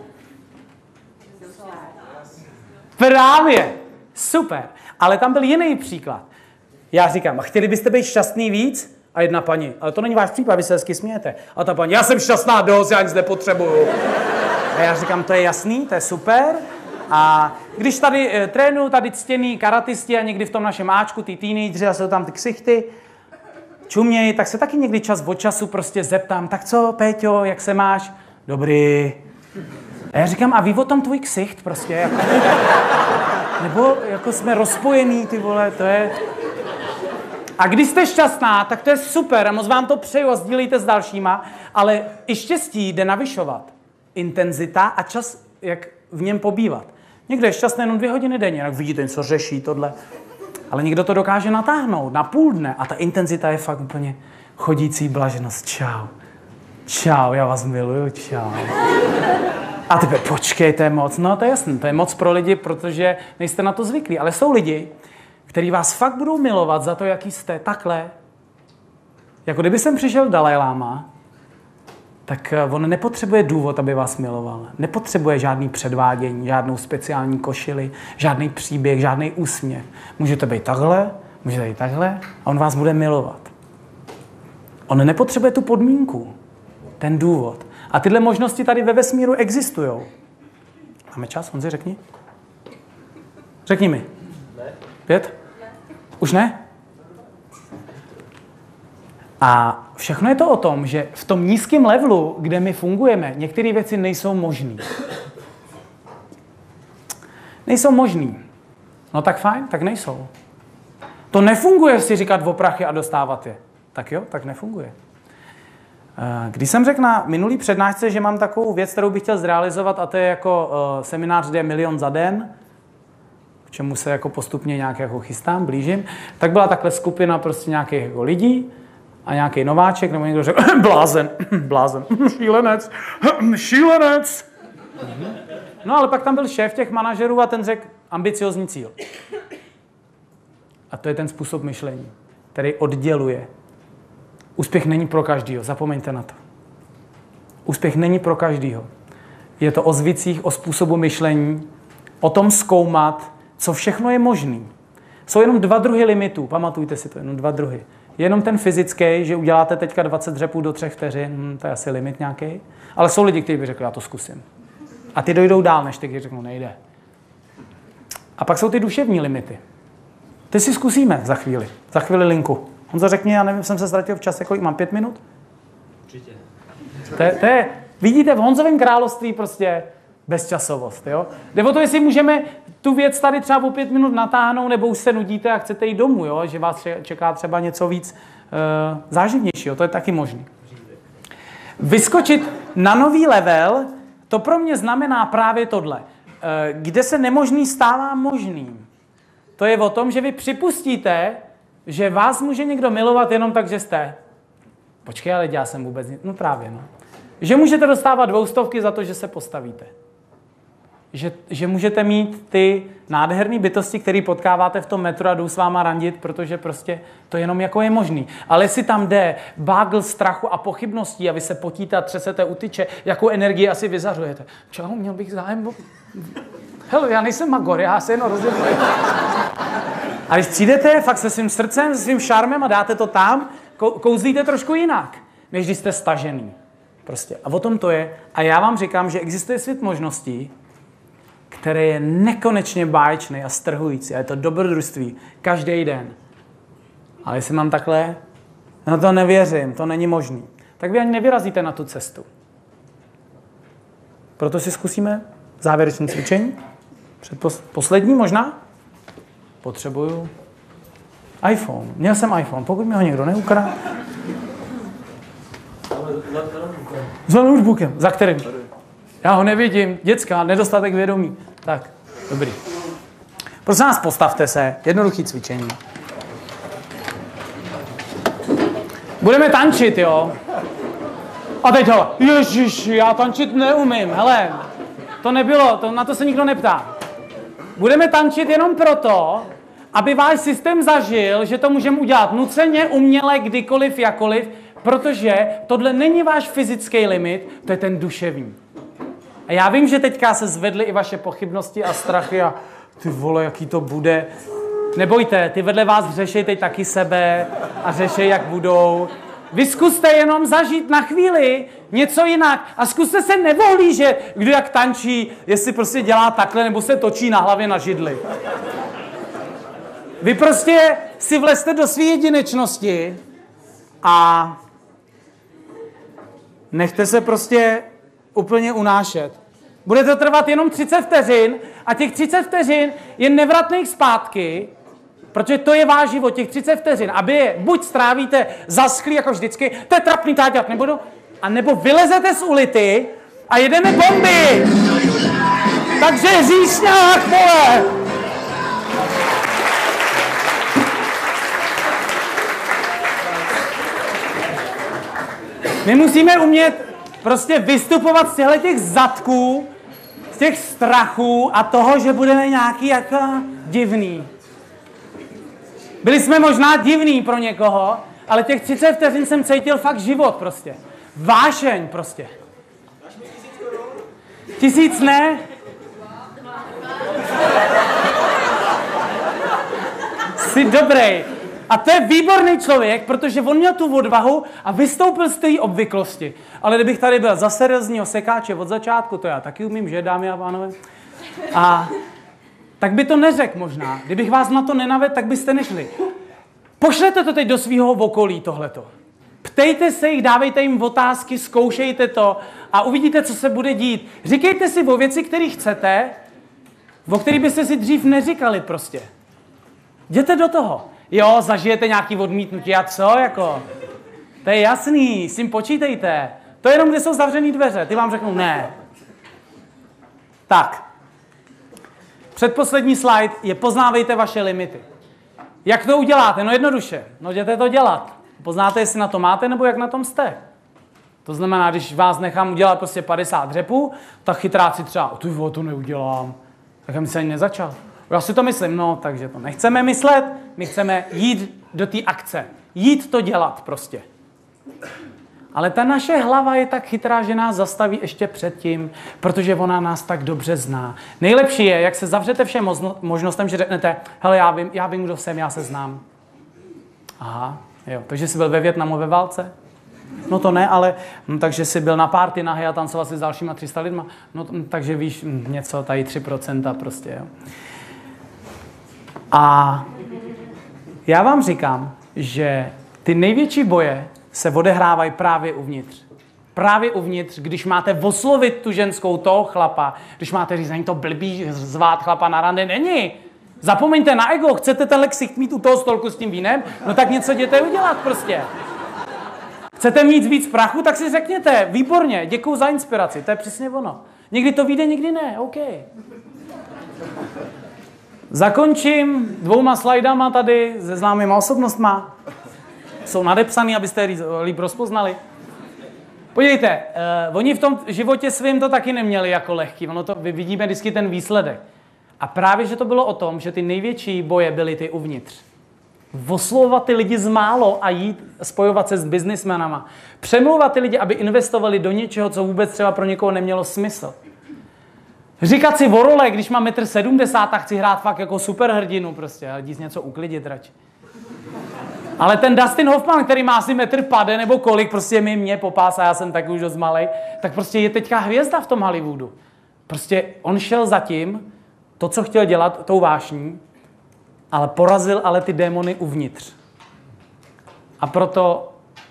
Právě. Super. Ale tam byl jiný příklad. Já říkám, a chtěli byste být šťastný víc? A jedna paní, ale to není váš případ, vy se hezky smějete. A ta paní, já jsem šťastná dost, já nic nepotřebuju. A já říkám, to je jasný, to je super. A když tady e, trénuju tady ctěný karatisti a někdy v tom našem áčku, ty teenageři a jsou tam ty ksichty, čumějí, tak se taky někdy čas od času prostě zeptám, tak co, Péťo, jak se máš? Dobrý. A já říkám, a ví o tom tvůj ksicht prostě? Jako, nebo jako jsme rozpojení, ty vole, to je... A když jste šťastná, tak to je super a moc vám to přeju a sdílejte s dalšíma, ale i štěstí jde navyšovat. Intenzita a čas, jak v něm pobývat. Někdo je šťastný jenom dvě hodiny denně, jak vidíte, něco řeší, tohle. Ale někdo to dokáže natáhnout na půl dne a ta intenzita je fakt úplně chodící blaženost. Čau. Čau, já vás miluju, čau. A ty počkej, to je moc. No to je jasný, to je moc pro lidi, protože nejste na to zvyklí. Ale jsou lidi, kteří vás fakt budou milovat za to, jaký jste, takhle. Jako kdyby sem přišel Dalajláma, tak on nepotřebuje důvod, aby vás miloval. Nepotřebuje žádný předvádění, žádnou speciální košili, žádný příběh, žádný úsměv. Můžete být takhle, můžete být takhle a on vás bude milovat. On nepotřebuje tu podmínku, ten důvod. A tyhle možnosti tady ve vesmíru existují. Máme čas, Honzi, řekni. Řekni mi. Ne. Pět? Už ne? A všechno je to o tom, že v tom nízkém levelu, kde my fungujeme, některé věci nejsou možné. Nejsou možné. No tak fajn, tak nejsou. To nefunguje si říkat o prachy a dostávat je. Tak jo, tak nefunguje. Když jsem řekl na minulý přednášce, že mám takovou věc, kterou bych chtěl zrealizovat, a to je jako uh, seminář, kde je milion za den, k čemu se jako postupně nějak jako chystám, blížím, tak byla takhle skupina prostě nějakých jako lidí a nějaký nováček, nebo někdo řekl, blázen, blázen, šílenec, šílenec. No ale pak tam byl šéf těch manažerů a ten řekl ambiciozní cíl. A to je ten způsob myšlení, který odděluje. Úspěch není pro každýho, zapomeňte na to. Úspěch není pro každýho. Je to o zvicích, o způsobu myšlení, o tom zkoumat, co všechno je možný. Jsou jenom dva druhy limitů, pamatujte si to, jenom dva druhy. Jenom ten fyzický, že uděláte teďka dvacet dřepů do třech vteřin, hm, to je asi limit nějaký. Ale jsou lidi, kteří by řekli, já to zkusím. A ty dojdou dál, než ty, kteří řeknou, nejde. A pak jsou ty duševní limity. Ty si zkusíme za chvíli, za chvíli linku. Honzo, řekni, já nevím, jsem se ztratil v čase, kolik mám, pět minut? Určitě. To je, to je, vidíte, v Honzovém království prostě bezčasovost, jo? Jde o to, jestli můžeme tu věc tady třeba o pět minut natáhnout, nebo už se nudíte a chcete jít domů, jo? Že vás čeká třeba něco víc uh, záživnějšího, to je taky možné. Vyskočit na nový level, to pro mě znamená právě tohle. Uh, kde se nemožný stává možným. To je o tom, že vy připustíte, že vás může někdo milovat jenom tak, že jste. Počkej, ale já jsem vůbec nic. No právě, no. Že můžete dostávat dvoustovky za to, že se postavíte. Že, že můžete mít ty nádherné bytosti, které potkáváte v tom metru a jdou s váma randit, protože prostě to jenom jako je možný. Ale jestli tam jde bágl strachu a pochybností a vy se potíte a třesete u tyče, jakou energii asi vyzařujete. Čau, měl bych zájem. Hele, já nejsem magor, já se jenom rozjebuji. A když přijdete fakt se svým srdcem, se svým šarmem a dáte to tam, kouzlíte trošku jinak, než když jste stažený. Prostě. A o tom to je. A já vám říkám, že existuje svět možností, které je nekonečně báječný a strhující. A je to dobrodružství každý den. Ale jestli mám takhle, no to nevěřím, to není možný. Tak vy ani nevyrazíte na tu cestu. Proto si zkusíme závěrečné cvičení. Předpos- poslední možná? Potřebuju iPhone. Měl jsem iPhone, pokud mi ho někdo neukradl. Za notebookem. Za kterým? Já ho nevidím. Děcka, nedostatek vědomí. Tak, dobrý. Prosím vás, postavte se. Jednoduchý cvičení. Budeme tančit, jo? A teď ho. Ježiši, já tančit neumím. Hele, to nebylo, to, na to se nikdo neptá. Budeme tančit jenom proto, aby váš systém zažil, že to můžeme udělat nuceně, uměle, kdykoliv, jakoliv, protože tohle není váš fyzický limit, to je ten duševní. A já vím, že teďka se zvedly i vaše pochybnosti a strachy a ty vole, jaký to bude. Nebojte, ty vedle vás řeší teď taky sebe a řeší, jak budou. Vy zkuste jenom zažít na chvíli něco jinak a zkuste se nevohlížet, kdo jak tančí, jestli prostě dělá takhle nebo se točí na hlavě na židli. Vy prostě si vlezte do své jedinečnosti a nechte se prostě úplně unášet. Bude to trvat jenom třicet vteřin a těch třicet vteřin je nevratných zpátky, protože to je váš život, těch třicet vteřin. Aby je buď strávíte zaschlý jako vždycky, to je trapný, to já dělat nebudu, a nebo vylezete z ulity a jedeme bomby. Takže říšňák, vole! My musíme umět prostě vystupovat z těchto těch zadků, z těch strachů a toho, že budeme nějaký jako divný. Byli jsme možná divný pro někoho, ale těch třicet vteřin jsem cítil fakt život prostě. Vášeň prostě. Tisíc ne? Jsi dobrý. A to je výborný člověk, protože on měl tu odvahu a vystoupil z té obvyklosti. Ale kdybych tady byl za seriózního sekáče od začátku, to já taky umím, že, dámy a pánové? A tak by to neřekl možná. Kdybych vás na to nenavedl, tak byste nešli. Pošlete to teď do svého okolí, tohleto. Ptejte se jich, dávejte jim otázky, zkoušejte to a uvidíte, co se bude dít. Říkejte si o věci, které chcete, o kterých byste si dřív neříkali prostě. Jděte do toho. Jo, zažijete nějaký odmítnutí a co, jako? To je jasný, s tím počítejte. To je jenom, kde jsou zavřený dveře. Ty vám řeknou ne. Tak. Předposlední slide je poznávejte vaše limity. Jak to uděláte? No jednoduše. No jděte to dělat. Poznáte, jestli na to máte, nebo jak na tom jste. To znamená, když vás nechám udělat prostě padesát dřepů, tak chytráci třeba, ty vole, to neudělám. Tak jsem se ani nezačal. Já si to myslím, no, takže to nechceme myslet, my chceme jít do té akce. Jít to dělat prostě. Ale ta naše hlava je tak chytrá, že nás zastaví ještě předtím, protože ona nás tak dobře zná. Nejlepší je, jak se zavřete všem možnostem, že řeknete, hele, já vím, já vím, kdo jsem, já se znám. Aha, jo, takže jsi byl ve Vietnamu ve válce? No to ne, ale no, takže jsi byl na party nahý a tancoval si s dalšíma tři sta lidma. No takže víš něco, tady tři procenta prostě, jo. A já vám říkám, že ty největší boje se odehrávají právě uvnitř. Právě uvnitř, když máte oslovit tu ženskou, toho chlapa, když máte říct, není to blbý zvát chlapa na rande, není. Zapomeňte na ego, chcete ten ksicht mít u toho stolku s tím vínem, no tak něco jděte udělat prostě. Chcete mít víc prachu, tak si řekněte, výborně, děkuju za inspiraci, to je přesně ono. Někdy to vyjde, někdy ne, OK. Zakončím dvouma slajdama tady se známýma osobnostma. Jsou nadepsaný, abyste je líp rozpoznali. Podívejte, uh, oni v tom životě svým to taky neměli jako lehký. Ono to, vidíme vždycky ten výsledek. A právě, že to bylo o tom, že ty největší boje byly ty uvnitř. Oslovovat ty lidi z málo a jít spojovat se s biznismenama. Přemlouvat ty lidi, aby investovali do něčeho, co vůbec třeba pro někoho nemělo smysl. Říkat si o role, když mám metr sedmdesát a chci hrát fakt jako superhrdinu prostě, a jít něco uklidit radši. Ale ten Dustin Hoffman, který má asi metr pade nebo kolik, prostě mi mě popás a já jsem taky už dost malej, tak prostě je teďka hvězda v tom Hollywoodu. Prostě on šel za tím, to, co chtěl dělat, tou vášní, ale porazil ale ty démony uvnitř. A proto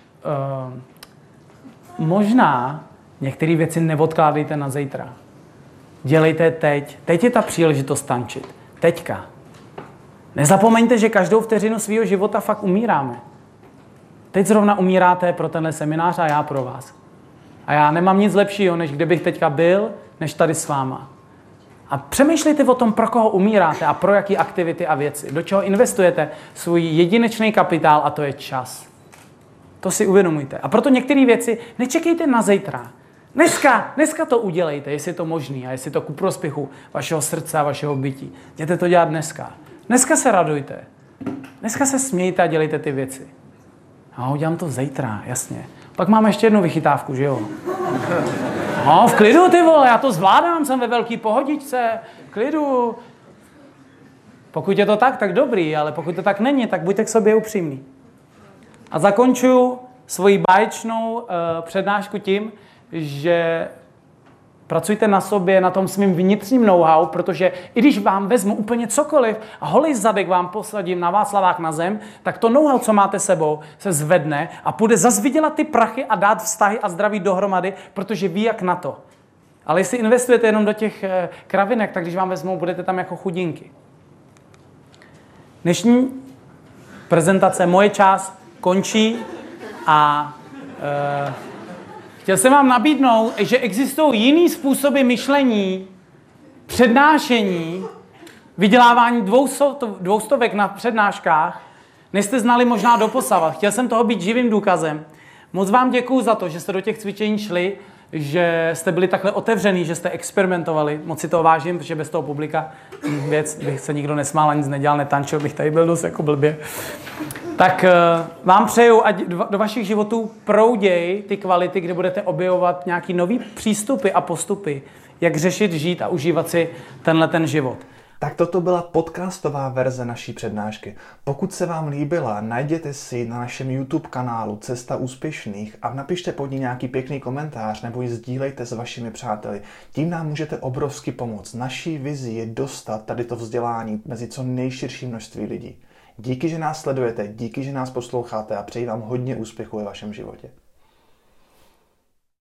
uh, možná některé věci neodkládejte na zítra. Dělejte teď. Teď je ta příležitost tančit. Teďka. Nezapomeňte, že každou vteřinu svého života fakt umíráme. Teď zrovna umíráte pro tenhle seminář a já pro vás. A já nemám nic lepšího, než kde bych teďka byl, než tady s váma. A přemýšlejte o tom, pro koho umíráte a pro jaký aktivity a věci. Do čeho investujete svůj jedinečný kapitál a to je čas. To si uvědomujte. A proto některé věci nečekejte na zítra. Dneska, dneska to udělejte, jestli je to možný a jestli je to ku prospěchu vašeho srdce a vašeho bytí. Jděte to dělat dneska. Dneska se radujte. Dneska se smějte a dělejte ty věci. No, udělám to zítra, jasně. Pak máme ještě jednu vychytávku, že jo? No, v klidu, ty vole, já to zvládám, jsem ve velký pohodičce, v klidu. Pokud je to tak, tak dobrý, ale pokud to tak není, tak buďte k sobě upřímní. A zakončuju svoji báječnou uh, přednášku tím, že pracujte na sobě, na tom svým vnitřním know-how, protože i když vám vezmu úplně cokoliv a holý zadek vám posadím na Václavák na zem, tak to know-how, co máte sebou, se zvedne a půjde zas vydělat ty prachy a dát vztahy a zdraví dohromady, protože ví jak na to. Ale jestli investujete jenom do těch uh, kravinek, tak když vám vezmou, budete tam jako chudinky. Dnešní prezentace, moje část končí a uh, chtěl jsem vám nabídnout, že existují jiný způsoby myšlení, přednášení, vydělávání dvoustovek na přednáškách, než jste znali možná doposavat. Chtěl jsem toho být živým důkazem. Moc vám děkuju za to, že jste do těch cvičení šli, že jste byli takhle otevřený, že jste experimentovali. Moc si to vážím, protože bez toho publika věc, bych se nikdo nesmál, nic nedělal, netančil, bych tady byl dost jako blbě. Tak uh, vám přeju, ať do vašich životů prouděj ty kvality, kde budete objevovat nějaký nový přístupy a postupy, jak řešit, žít a užívat si tenhle ten život. Tak toto byla podcastová verze naší přednášky. Pokud se vám líbila, najděte si na našem YouTube kanálu Cesta úspěšných a napište pod ní nějaký pěkný komentář nebo ji sdílejte s vašimi přáteli. Tím nám můžete obrovsky pomoct. Naší vizi je dostat tady to vzdělání mezi co nejširší množství lidí. Díky, že nás sledujete, díky, že nás posloucháte a přeji vám hodně úspěchu ve vašem životě.